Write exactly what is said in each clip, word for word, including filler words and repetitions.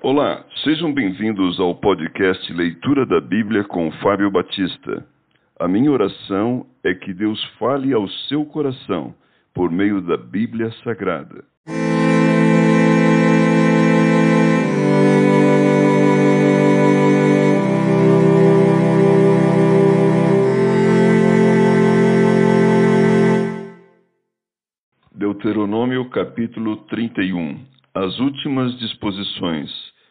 Olá, sejam bem-vindos ao podcast Leitura da Bíblia com Fábio Batista. A minha oração é que Deus fale ao seu coração por meio da Bíblia Sagrada. Deuteronômio capítulo trinta e um. As últimas disposições.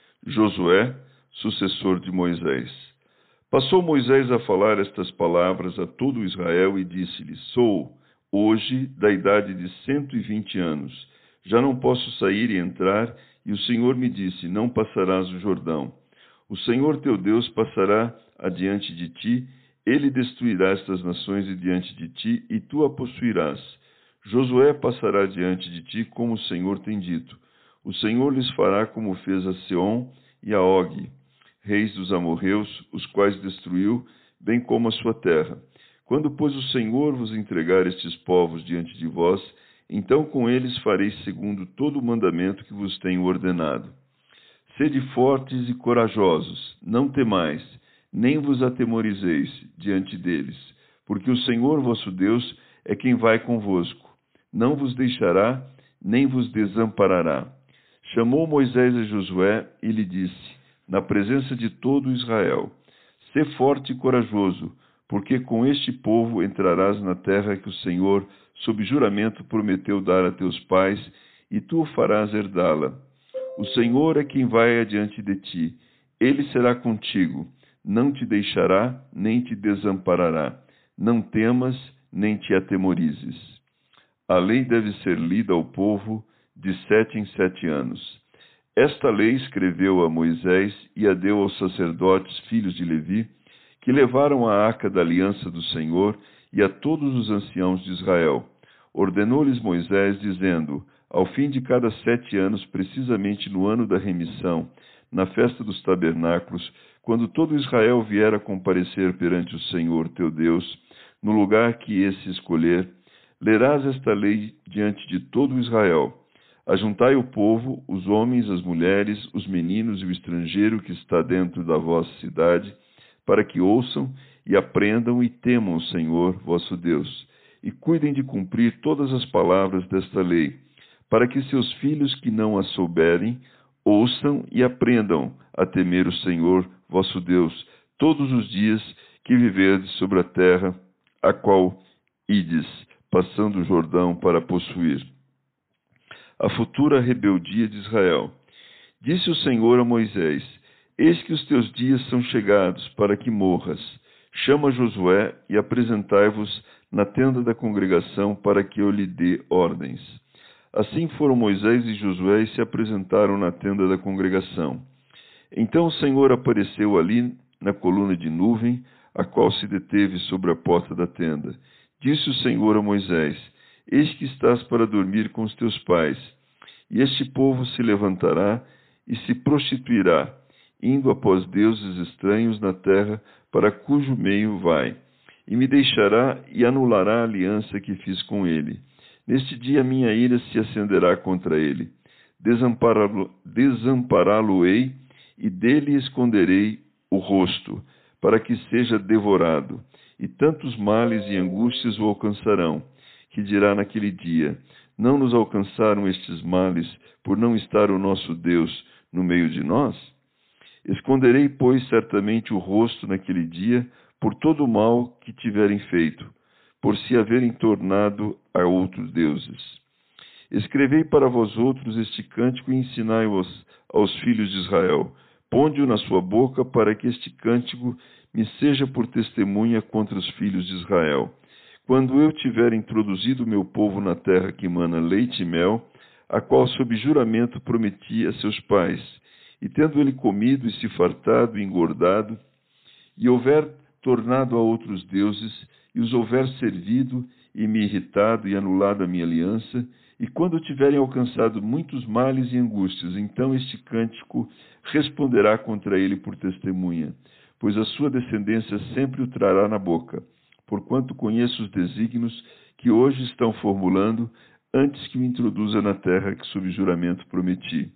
Josué, sucessor de Moisés. Passou Moisés a falar estas palavras a todo Israel e disse-lhe: Sou, hoje, da idade de cento e vinte anos. Já não posso sair e entrar, e o Senhor me disse: Não passarás o Jordão. O Senhor teu Deus passará adiante de ti, ele destruirá estas nações diante de ti, e tu a possuirás. Josué passará diante de ti, como o Senhor tem dito. O Senhor lhes fará como fez a Seom e a Og, reis dos amorreus, os quais destruiu, bem como a sua terra. Quando, pois, o Senhor vos entregar estes povos diante de vós, então com eles fareis segundo todo o mandamento que vos tenho ordenado. Sede fortes e corajosos, não temais, nem vos atemorizeis diante deles, porque o Senhor vosso Deus é quem vai convosco. Não vos deixará, nem vos desamparará. Chamou Moisés a Josué e lhe disse, na presença de todo Israel: Sê forte e corajoso, porque com este povo entrarás na terra que o Senhor, sob juramento, prometeu dar a teus pais, e tu farás herdá-la. O Senhor é quem vai adiante de ti. Ele será contigo. Não te deixará, nem te desamparará. Não temas, nem te atemorizes. A lei deve ser lida ao povo de sete em sete anos. Esta lei escreveu a Moisés e a deu aos sacerdotes, filhos de Levi, que levaram a arca da aliança do Senhor, e a todos os anciãos de Israel. Ordenou-lhes Moisés, dizendo: Ao fim de cada sete anos, precisamente no ano da remissão, na festa dos tabernáculos, quando todo Israel vier a comparecer perante o Senhor teu Deus, no lugar que esse escolher, lerás esta lei diante de todo Israel. Ajuntai o povo, os homens, as mulheres, os meninos e o estrangeiro que está dentro da vossa cidade, para que ouçam e aprendam e temam o Senhor vosso Deus, e cuidem de cumprir todas as palavras desta lei, para que seus filhos que não a souberem, ouçam e aprendam a temer o Senhor vosso Deus, todos os dias que viverdes sobre a terra, a qual ides, passando o Jordão para possuir. A futura rebeldia de Israel. Disse o Senhor a Moisés: Eis que os teus dias são chegados para que morras. Chama Josué e apresentai-vos na tenda da congregação para que eu lhe dê ordens. Assim foram Moisés e Josué e se apresentaram na tenda da congregação. Então o Senhor apareceu ali na coluna de nuvem, a qual se deteve sobre a porta da tenda. Disse o Senhor a Moisés: Eis que estás para dormir com os teus pais, e este povo se levantará e se prostituirá, indo após deuses estranhos na terra, para cujo meio vai, e me deixará e anulará a aliança que fiz com ele. Neste dia minha ira se acenderá contra ele. Desampará-lo, desampará-lo-ei, e dele esconderei o rosto, para que seja devorado, e tantos males e angústias o alcançarão, que dirá naquele dia: Não nos alcançaram estes males, por não estar o nosso Deus no meio de nós? Esconderei, pois, certamente o rosto naquele dia, por todo o mal que tiverem feito, por se haverem tornado a outros deuses. Escrevei para vós outros este cântico e ensinai-o aos, aos filhos de Israel. Ponde-o na sua boca, para que este cântico me seja por testemunha contra os filhos de Israel. Quando eu tiver introduzido o meu povo na terra que mana leite e mel, a qual sob juramento prometi a seus pais, e tendo ele comido e se fartado e engordado, e houver tornado a outros deuses, e os houver servido, e me irritado e anulado a minha aliança, e quando tiverem alcançado muitos males e angústias, então este cântico responderá contra ele por testemunha, pois a sua descendência sempre o trará na boca, porquanto conheço os desígnios que hoje estão formulando, antes que o introduza na terra que sob juramento prometi.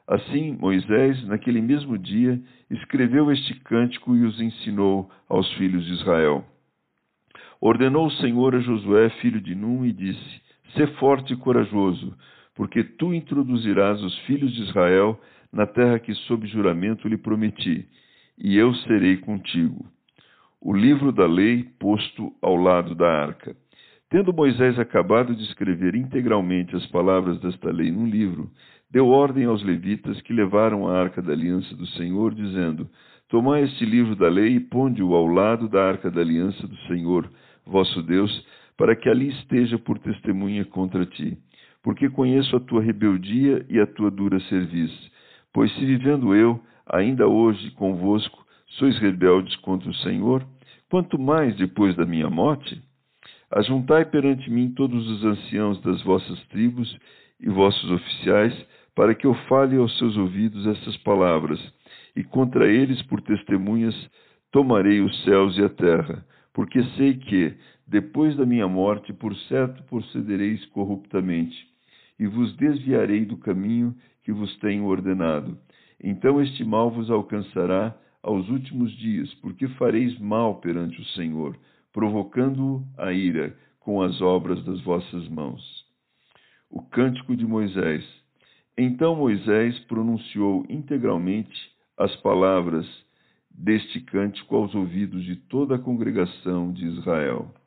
Assim, Moisés, naquele mesmo dia, escreveu este cântico e os ensinou aos filhos de Israel. Ordenou o Senhor a Josué, filho de Num, e disse: Sê forte e corajoso, porque tu introduzirás os filhos de Israel na terra que sob juramento lhe prometi, e eu serei contigo. O livro da lei posto ao lado da arca. Tendo Moisés acabado de escrever integralmente as palavras desta lei num livro, deu ordem aos levitas que levaram a arca da aliança do Senhor, dizendo: Tomai este livro da lei e ponde-o ao lado da arca da aliança do Senhor, vosso Deus, para que ali esteja por testemunha contra ti. Porque conheço a tua rebeldia e a tua dura cerviz. Pois se vivendo eu, ainda hoje convosco, sois rebeldes contra o Senhor, quanto mais depois da minha morte? Ajuntai perante mim todos os anciãos das vossas tribos e vossos oficiais, para que eu fale aos seus ouvidos essas palavras, e contra eles por testemunhas tomarei os céus e a terra, porque sei que, depois da minha morte, por certo procedereis corruptamente, e vos desviarei do caminho que vos tenho ordenado. Então este mal vos alcançará aos últimos dias, porque fareis mal perante o Senhor, provocando-o a ira com as obras das vossas mãos. O Cântico de Moisés. Então Moisés pronunciou integralmente as palavras deste cântico aos ouvidos de toda a congregação de Israel.